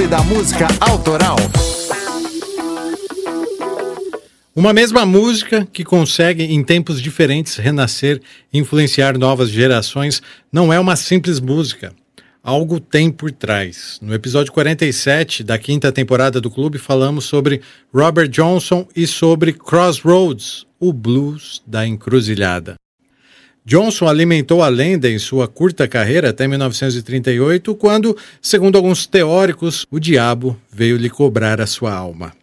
Clube da Música Autoral. Uma mesma música que consegue, em tempos diferentes, renascer e influenciar novas gerações, não é uma simples música. Algo tem por trás. No episódio 47 da 5ª temporada do clube, falamos sobre Robert Johnson e sobre Crossroads, o blues da encruzilhada. Johnson alimentou a lenda em sua curta carreira até 1938, quando, segundo alguns teóricos, o diabo veio lhe cobrar a sua alma.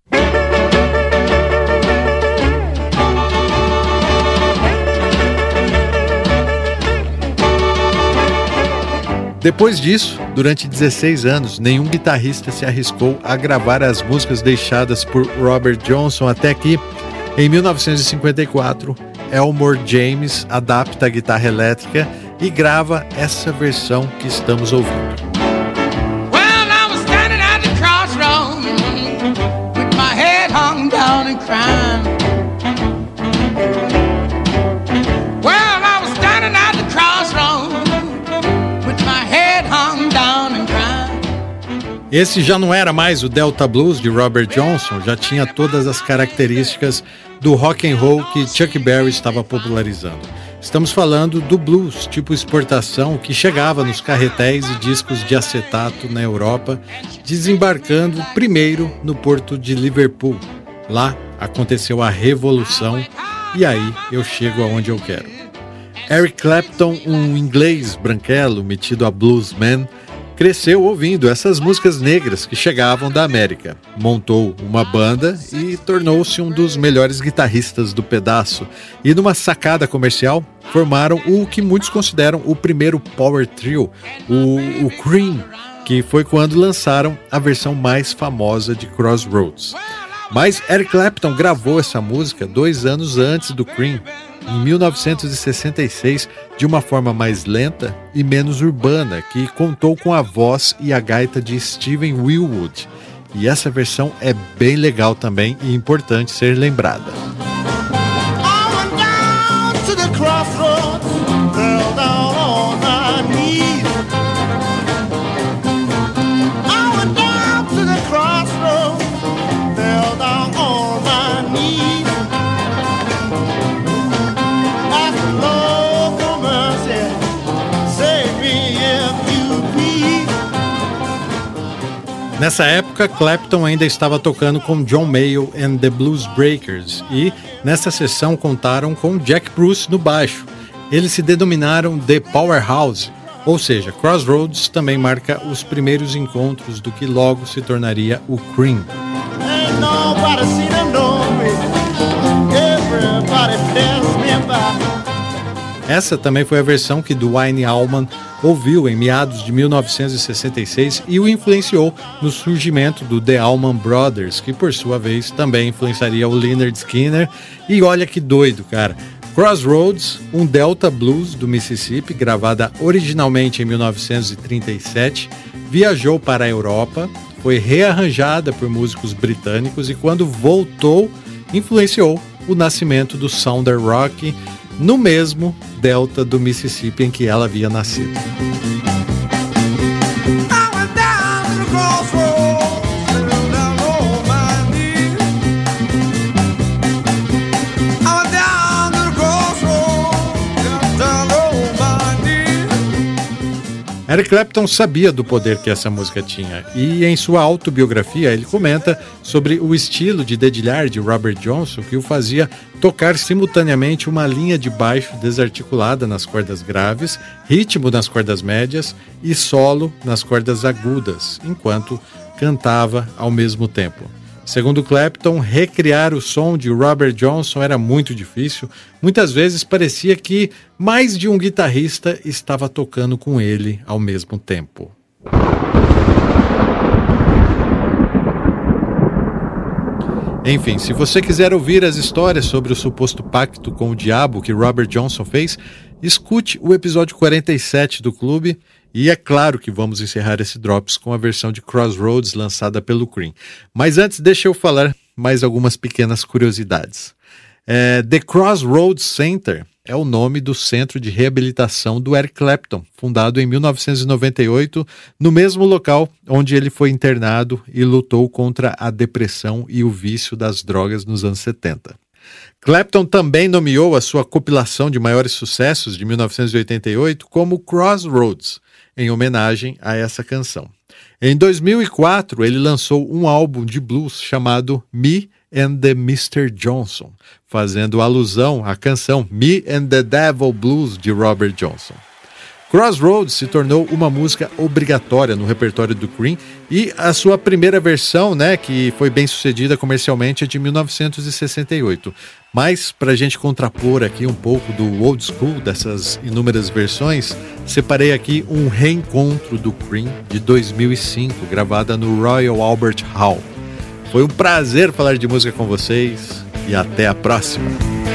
Depois disso, durante 16 anos, nenhum guitarrista se arriscou a gravar as músicas deixadas por Robert Johnson, até que, em 1954, Elmore James adapta a guitarra elétrica e grava essa versão que estamos ouvindo. Well, I was standing at the crossroads with my head hung down and crying. Well, I was standing at the crossroads. Esse já não era mais o Delta Blues de Robert Johnson, já tinha todas as características do rock and roll que Chuck Berry estava popularizando. Estamos falando do blues, tipo exportação, que chegava nos carretéis e discos de acetato na Europa, desembarcando primeiro no porto de Liverpool. Lá aconteceu a revolução e aí eu chego aonde eu quero. Eric Clapton, um inglês branquelo metido a bluesman, cresceu ouvindo essas músicas negras que chegavam da América. Montou uma banda e tornou-se um dos melhores guitarristas do pedaço. E numa sacada comercial, formaram o que muitos consideram o primeiro power trio, o Cream, que foi quando lançaram a versão mais famosa de Crossroads. Mas Eric Clapton gravou essa música 2 anos antes do Cream, em 1966, de uma forma mais lenta e menos urbana, que contou com a voz e a gaita de Steven Winwood. E essa versão é bem legal também e importante ser lembrada. Nessa época, Clapton ainda estava tocando com John Mayall and the Blues Breakers e, nessa sessão, contaram com Jack Bruce no baixo. Eles se denominaram The Powerhouse, ou seja, Crossroads também marca os primeiros encontros do que logo se tornaria o Cream. Essa também foi a versão que Duane Allman ouviu em meados de 1966 e o influenciou no surgimento do The Allman Brothers, que por sua vez também influenciaria o Lynyrd Skynyrd. E olha que doido, cara. Crossroads, um Delta Blues do Mississippi, gravada originalmente em 1937, viajou para a Europa, foi rearranjada por músicos britânicos e quando voltou, influenciou o nascimento do Southern Rock, no mesmo delta do Mississippi em que ela havia nascido. Eric Clapton sabia do poder que essa música tinha e em sua autobiografia ele comenta sobre o estilo de dedilhar de Robert Johnson que o fazia tocar simultaneamente uma linha de baixo desarticulada nas cordas graves, ritmo nas cordas médias e solo nas cordas agudas, enquanto cantava ao mesmo tempo. Segundo Clapton, recriar o som de Robert Johnson era muito difícil. Muitas vezes parecia que mais de um guitarrista estava tocando com ele ao mesmo tempo. Enfim, se você quiser ouvir as histórias sobre o suposto pacto com o diabo que Robert Johnson fez, escute o episódio 47 do clube. E é claro que vamos encerrar esse Drops com a versão de Crossroads lançada pelo Cream. Mas antes, deixa eu falar mais algumas pequenas curiosidades. The Crossroads Center é o nome do centro de reabilitação do Eric Clapton, fundado em 1998, no mesmo local onde ele foi internado e lutou contra a depressão e o vício das drogas nos anos 70. Clapton também nomeou a sua compilação de maiores sucessos de 1988 como Crossroads, em homenagem a essa canção. Em 2004, ele lançou um álbum de blues chamado Me and the Mr. Johnson, fazendo alusão à canção Me and the Devil Blues de Robert Johnson. Crossroads se tornou uma música obrigatória no repertório do Cream e a sua primeira versão, que foi bem sucedida comercialmente, é de 1968. Mas, para a gente contrapor aqui um pouco do old school dessas inúmeras versões, separei aqui um reencontro do Cream de 2005, gravada no Royal Albert Hall. Foi um prazer falar de música com vocês e até a próxima!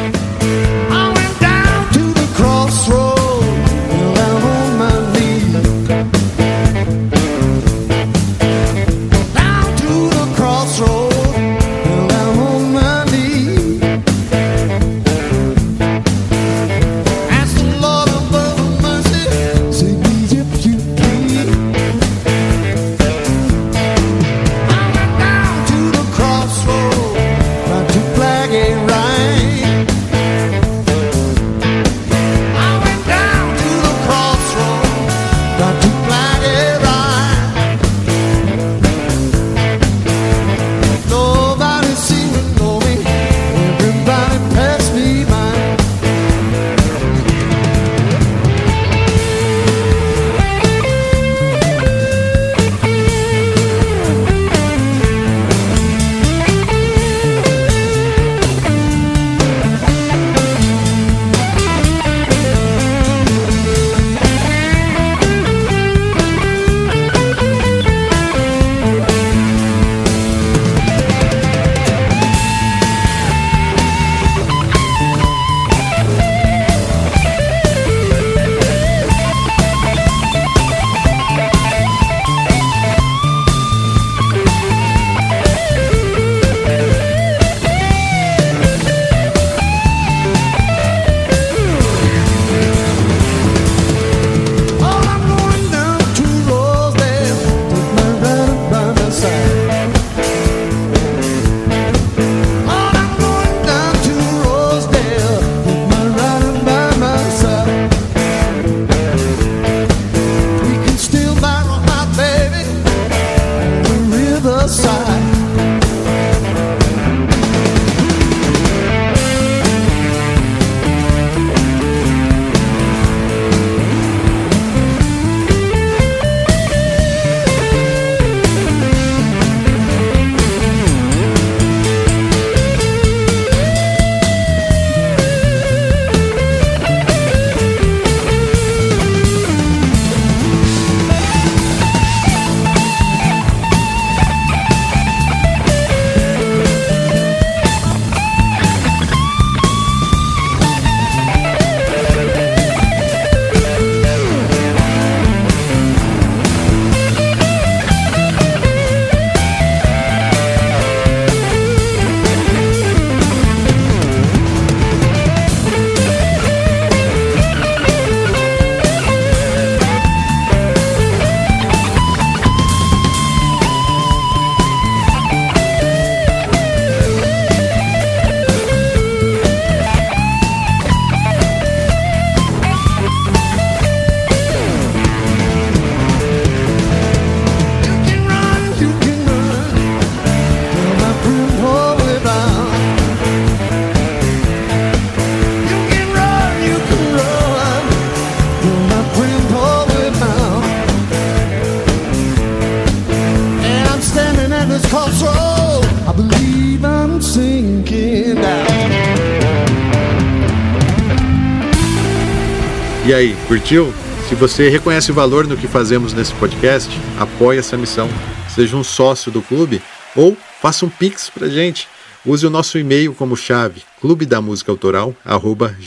E aí, curtiu? Se você reconhece o valor no que fazemos nesse podcast, apoie essa missão. Seja um sócio do clube ou faça um pix pra gente. Use o nosso e-mail como chave,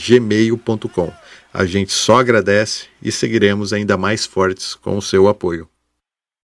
clubedamusicaautoral@gmail.com. A gente só agradece e seguiremos ainda mais fortes com o seu apoio.